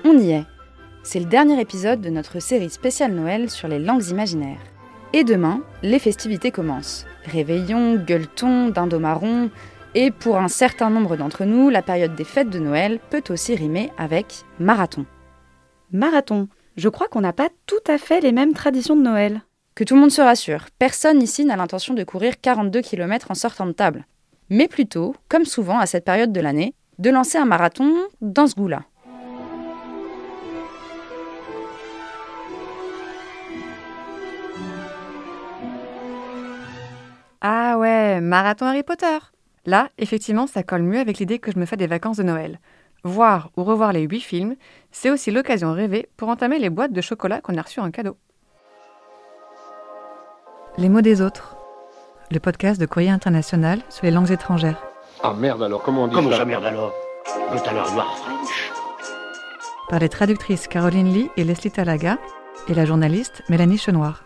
On y est. C'est le dernier épisode de notre série spéciale Noël sur les langues imaginaires. Et demain, les festivités commencent. Réveillon, gueuleton, dindon marron. Et pour un certain nombre d'entre nous, la période des fêtes de Noël peut aussi rimer avec marathon. Marathon. Je crois qu'on n'a pas tout à fait les mêmes traditions de Noël. Que tout le monde se rassure, personne ici n'a l'intention de courir 42 km en sortant de table. Mais plutôt, comme souvent à cette période de l'année, de lancer un marathon dans ce goût-là. Ah ouais, marathon Harry Potter. Là, effectivement, ça colle mieux avec l'idée que je me fais des vacances de Noël. Voir ou revoir les 8 films, c'est aussi l'occasion rêvée pour entamer les boîtes de chocolat qu'on a reçues en cadeau. Les mots des autres. Le podcast de Courrier International sur les langues étrangères. Ah merde alors, comment on dit Comment ça ça merde alors? Tout à l'heure, you are French. Par les traductrices Caroline Lee et Leslie Talaga et la journaliste Mélanie Chenoir.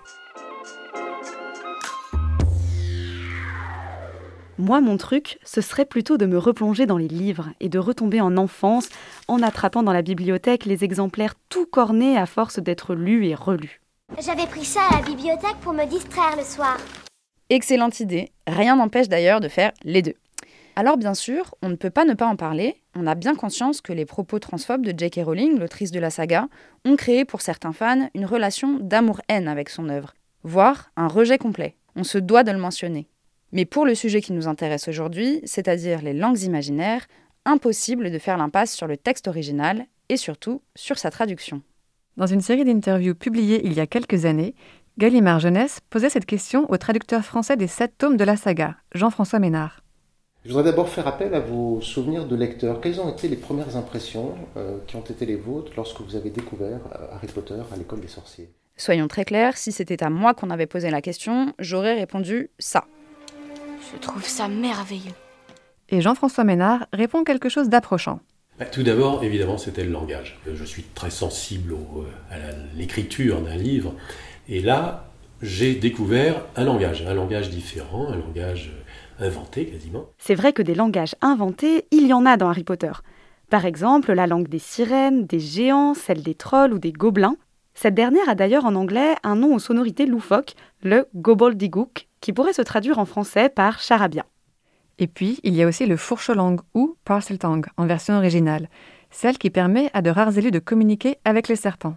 Moi, mon truc, ce serait plutôt de me replonger dans les livres et de retomber en enfance en attrapant dans la bibliothèque les exemplaires tout cornés à force d'être lus et relus. J'avais pris ça à la bibliothèque pour me distraire le soir. Excellente idée, rien n'empêche d'ailleurs de faire les deux. Alors bien sûr, on ne peut pas ne pas en parler, on a bien conscience que les propos transphobes de J.K. Rowling, l'autrice de la saga, ont créé pour certains fans une relation d'amour-haine avec son œuvre, voire un rejet complet. On se doit de le mentionner. Mais pour le sujet qui nous intéresse aujourd'hui, c'est-à-dire les langues imaginaires, impossible de faire l'impasse sur le texte original et surtout sur sa traduction. Dans une série d'interviews publiées il y a quelques années, Gallimard Jeunesse posait cette question au traducteur français des 7 tomes de la saga, Jean-François Ménard. Je voudrais d'abord faire appel à vos souvenirs de lecteur. Quelles ont été les premières impressions qui ont été les vôtres lorsque vous avez découvert Harry Potter à l'école des sorciers? Soyons très clairs, si c'était à moi qu'on avait posé la question, j'aurais répondu ça. Je trouve ça merveilleux. Et Jean-François Ménard répond quelque chose d'approchant. Tout d'abord, évidemment, c'était le langage. Je suis très sensible à l'écriture d'un livre. Et là, j'ai découvert un langage différent, un langage inventé quasiment. C'est vrai que des langages inventés, il y en a dans Harry Potter. Par exemple, la langue des sirènes, des géants, celle des trolls ou des gobelins. Cette dernière a d'ailleurs en anglais un nom aux sonorités loufoques, le gobbledygook, qui pourrait se traduire en français par charabia. Et puis, il y a aussi le fourche-langue ou parseltongue en version originale, celle qui permet à de rares élus de communiquer avec les serpents.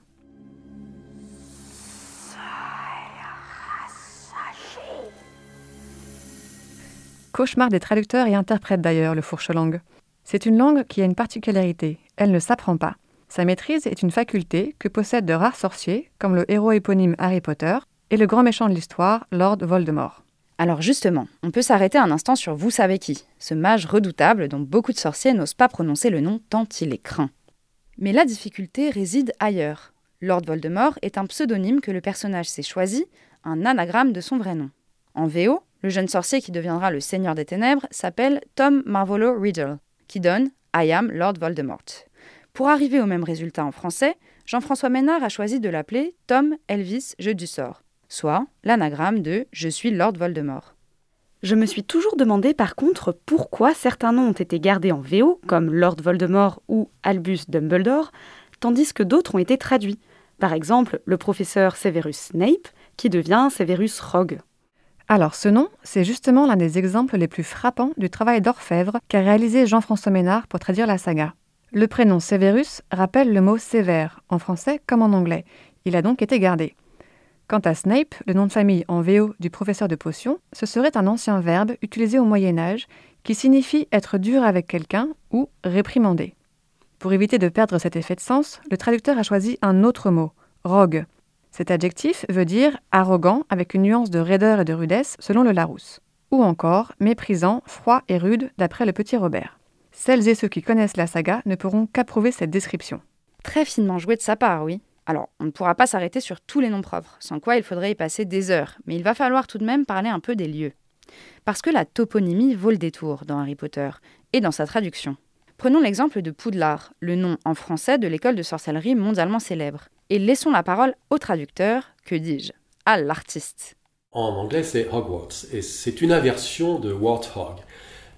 Cauchemar des traducteurs et interprètes d'ailleurs, le fourche-langue. C'est une langue qui a une particularité, elle ne s'apprend pas. Sa maîtrise est une faculté que possèdent de rares sorciers, comme le héros éponyme Harry Potter et le grand méchant de l'histoire, Lord Voldemort. Alors justement, on peut s'arrêter un instant sur vous savez qui, ce mage redoutable dont beaucoup de sorciers n'osent pas prononcer le nom tant il est craint. Mais la difficulté réside ailleurs. Lord Voldemort est un pseudonyme que le personnage s'est choisi, un anagramme de son vrai nom. En VO, le jeune sorcier qui deviendra le Seigneur des Ténèbres s'appelle Tom Marvolo Riddle, qui donne « I am Lord Voldemort ». Pour arriver au même résultat en français, Jean-François Ménard a choisi de l'appeler Tom Elvis Jeu du sort, soit l'anagramme de « Je suis Lord Voldemort ». Je me suis toujours demandé par contre pourquoi certains noms ont été gardés en VO, comme Lord Voldemort ou Albus Dumbledore, tandis que d'autres ont été traduits. Par exemple, le professeur Severus Snape, qui devient Severus Rogue. Alors ce nom, c'est justement l'un des exemples les plus frappants du travail d'orfèvre qu'a réalisé Jean-François Ménard pour traduire la saga. Le prénom Severus rappelle le mot sévère, en français comme en anglais. Il a donc été gardé. Quant à Snape, le nom de famille en VO du professeur de potions, ce serait un ancien verbe utilisé au Moyen-Âge qui signifie être dur avec quelqu'un ou réprimander. Pour éviter de perdre cet effet de sens, le traducteur a choisi un autre mot, rogue. Cet adjectif veut dire arrogant avec une nuance de raideur et de rudesse selon le Larousse. Ou encore méprisant, froid et rude d'après le petit Robert. Celles et ceux qui connaissent la saga ne pourront qu'approuver cette description. Très finement joué de sa part, oui. Alors, on ne pourra pas s'arrêter sur tous les noms propres, sans quoi il faudrait y passer des heures, mais il va falloir tout de même parler un peu des lieux. Parce que la toponymie vaut le détour dans Harry Potter, et dans sa traduction. Prenons l'exemple de Poudlard, le nom en français de l'école de sorcellerie mondialement célèbre. Et laissons la parole au traducteur, que dis-je, à l'artiste. En anglais, c'est Hogwarts, et c'est une inversion de Warthog.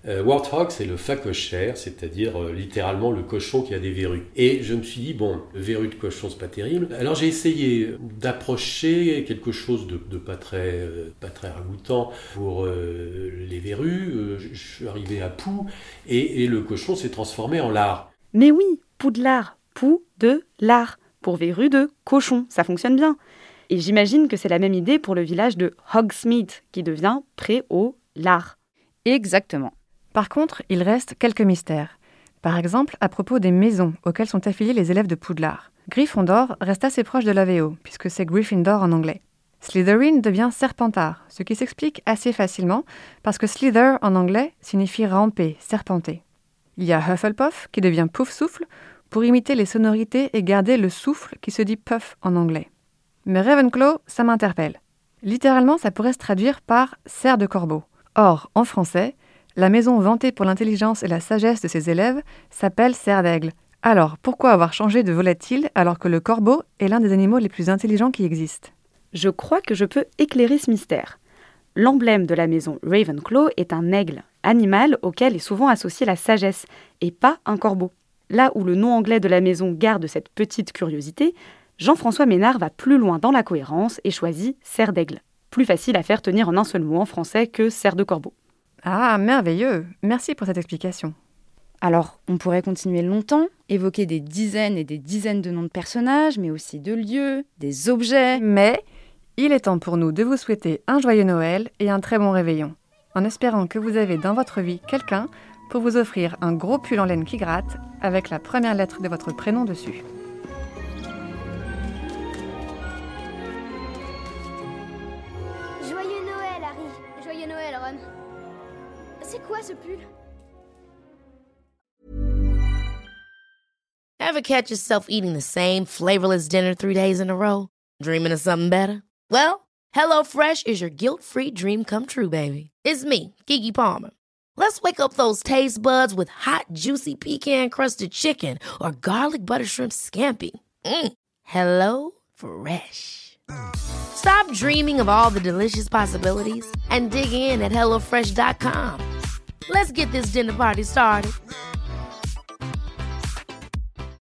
Warthog, c'est le phacochère, c'est-à-dire littéralement le cochon qui a des verrues. Et je me suis dit, bon, le verru de cochon, c'est pas terrible. Alors j'ai essayé d'approcher quelque chose de pas très ragoûtant pour les verrues. Je suis arrivé à Pou, et le cochon s'est transformé en lard. Mais oui, Poudlard, Pou de lard, pour verru de cochon, ça fonctionne bien. Et j'imagine que c'est la même idée pour le village de Hogsmeade, qui devient Pré-au-Lard. Exactement. Par contre, il reste quelques mystères. Par exemple, à propos des maisons auxquelles sont affiliés les élèves de Poudlard. Gryffondor reste assez proche de l'AVO, puisque c'est Gryffindor en anglais. Slytherin devient Serpentard, ce qui s'explique assez facilement, parce que Slither en anglais signifie ramper, serpenter. Il y a Hufflepuff qui devient Pouf-souffle, pour imiter les sonorités et garder le souffle qui se dit puff en anglais. Mais Ravenclaw, ça m'interpelle. Littéralement, ça pourrait se traduire par « cerf de corbeau ». Or, en français, la maison vantée pour l'intelligence et la sagesse de ses élèves s'appelle Cerf d'Aigle. Alors, pourquoi avoir changé de volatile alors que le corbeau est l'un des animaux les plus intelligents qui existent ? Je crois que je peux éclairer ce mystère. L'emblème de la maison Ravenclaw est un aigle, animal auquel est souvent associée la sagesse, et pas un corbeau. Là où le nom anglais de la maison garde cette petite curiosité, Jean-François Ménard va plus loin dans la cohérence et choisit cerf d'aigle. Plus facile à faire tenir en un seul mot en français que cerf de corbeau. Ah, merveilleux! Merci pour cette explication. Alors, on pourrait continuer longtemps, évoquer des dizaines et des dizaines de noms de personnages, mais aussi de lieux, des objets. Mais il est temps pour nous de vous souhaiter un joyeux Noël et un très bon réveillon, en espérant que vous avez dans votre vie quelqu'un pour vous offrir un gros pull en laine qui gratte avec la première lettre de votre prénom dessus. Joyeux Noël, Harry. Joyeux Noël, Ron. C'est quoi ce pull? Ever catch yourself eating the same flavorless dinner 3 days in a row? Dreaming of something better? Well, HelloFresh is your guilt-free dream come true, baby. It's me, Keke Palmer. Let's wake up those taste buds with hot, juicy pecan-crusted chicken or garlic butter shrimp scampi. Hello Fresh. Stop dreaming of all the delicious possibilities and dig in at HelloFresh.com. Let's get this dinner party started.